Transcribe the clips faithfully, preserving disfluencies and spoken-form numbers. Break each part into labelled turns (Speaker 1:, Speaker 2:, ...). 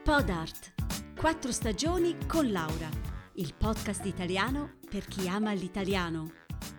Speaker 1: Podart, quattro stagioni con Laura, il podcast italiano per chi ama l'italiano.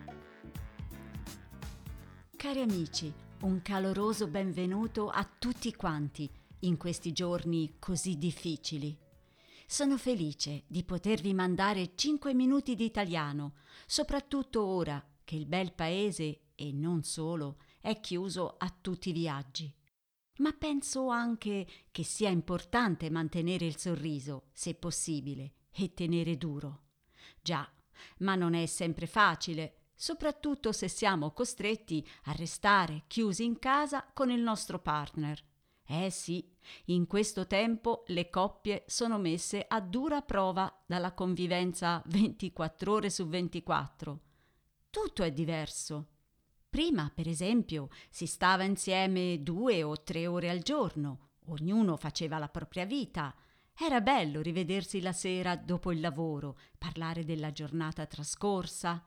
Speaker 1: Cari amici, un caloroso benvenuto a tutti quanti in questi giorni così difficili. Sono felice di potervi mandare cinque minuti di italiano, soprattutto ora che il bel paese, e non solo, è chiuso a tutti i viaggi. Ma penso anche che sia importante mantenere il sorriso, se possibile, e tenere duro. Già, ma non è sempre facile, soprattutto se siamo costretti a restare chiusi in casa con il nostro partner. Eh sì, in questo tempo le coppie sono messe a dura prova dalla convivenza ventiquattro ore su ventiquattro. Tutto è diverso. Prima, per esempio, si stava insieme due o tre ore al giorno, ognuno faceva la propria vita. Era bello rivedersi la sera dopo il lavoro, parlare della giornata trascorsa.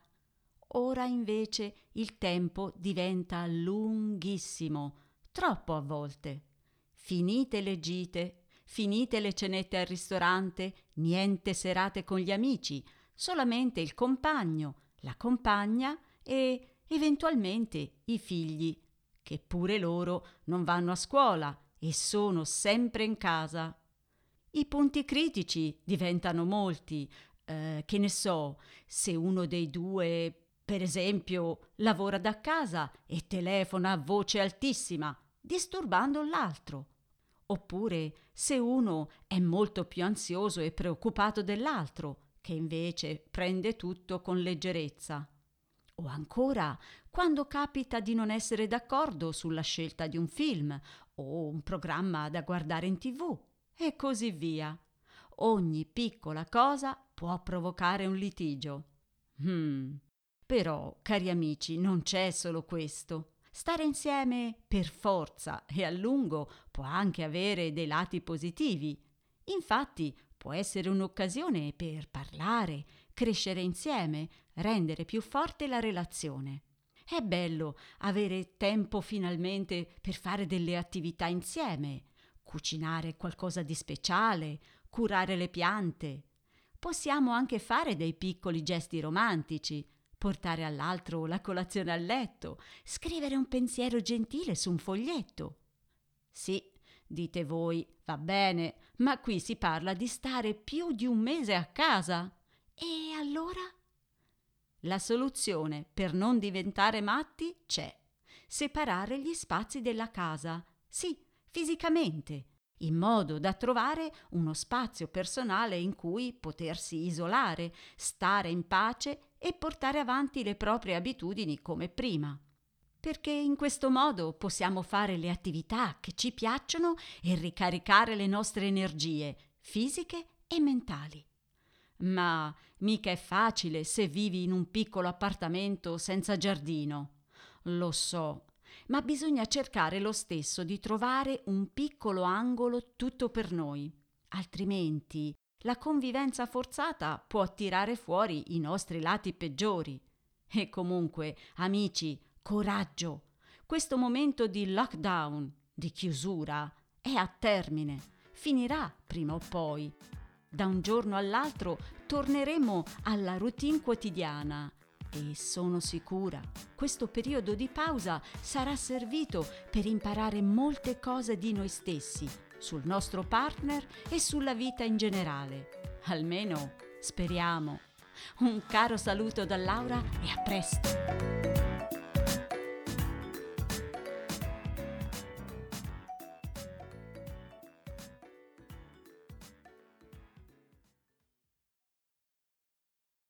Speaker 1: Ora invece il tempo diventa lunghissimo, troppo a volte. Finite le gite, finite le cenette al ristorante, niente serate con gli amici, solamente il compagno, la compagna e eventualmente i figli, che pure loro non vanno a scuola e sono sempre in casa. I punti critici diventano molti, eh, che ne so, se uno dei due, per esempio, lavora da casa e telefona a voce altissima, disturbando l'altro. Oppure se uno è molto più ansioso e preoccupato dell'altro, che invece prende tutto con leggerezza. O ancora, quando capita di non essere d'accordo sulla scelta di un film o un programma da guardare in tivù, e così via. Ogni piccola cosa può provocare un litigio. Hmm. Però, cari amici, non c'è solo questo. Stare insieme per forza e a lungo può anche avere dei lati positivi. Infatti, può essere un'occasione per parlare, crescere insieme, rendere più forte la relazione. È bello avere tempo finalmente per fare delle attività insieme, cucinare qualcosa di speciale, curare le piante. Possiamo anche fare dei piccoli gesti romantici, portare all'altro la colazione a letto, scrivere un pensiero gentile su un foglietto. Sì, dite voi, va bene, ma qui si parla di stare più di un mese a casa. E allora? La soluzione per non diventare matti c'è. Separare gli spazi della casa, sì, fisicamente, in modo da trovare uno spazio personale in cui potersi isolare, stare in pace e portare avanti le proprie abitudini come prima. Perché in questo modo possiamo fare le attività che ci piacciono e ricaricare le nostre energie fisiche e mentali. Ma mica è facile se vivi in un piccolo appartamento senza giardino. Lo so, ma bisogna cercare lo stesso di trovare un piccolo angolo tutto per noi. Altrimenti la convivenza forzata può tirare fuori i nostri lati peggiori. E comunque, amici, coraggio! Questo momento di lockdown, di chiusura, è a termine. Finirà prima o poi. Da un giorno all'altro torneremo alla routine quotidiana e sono sicura questo periodo di pausa sarà servito per imparare molte cose di noi stessi, sul nostro partner e sulla vita in generale. Almeno speriamo. Un caro saluto da Laura e a presto!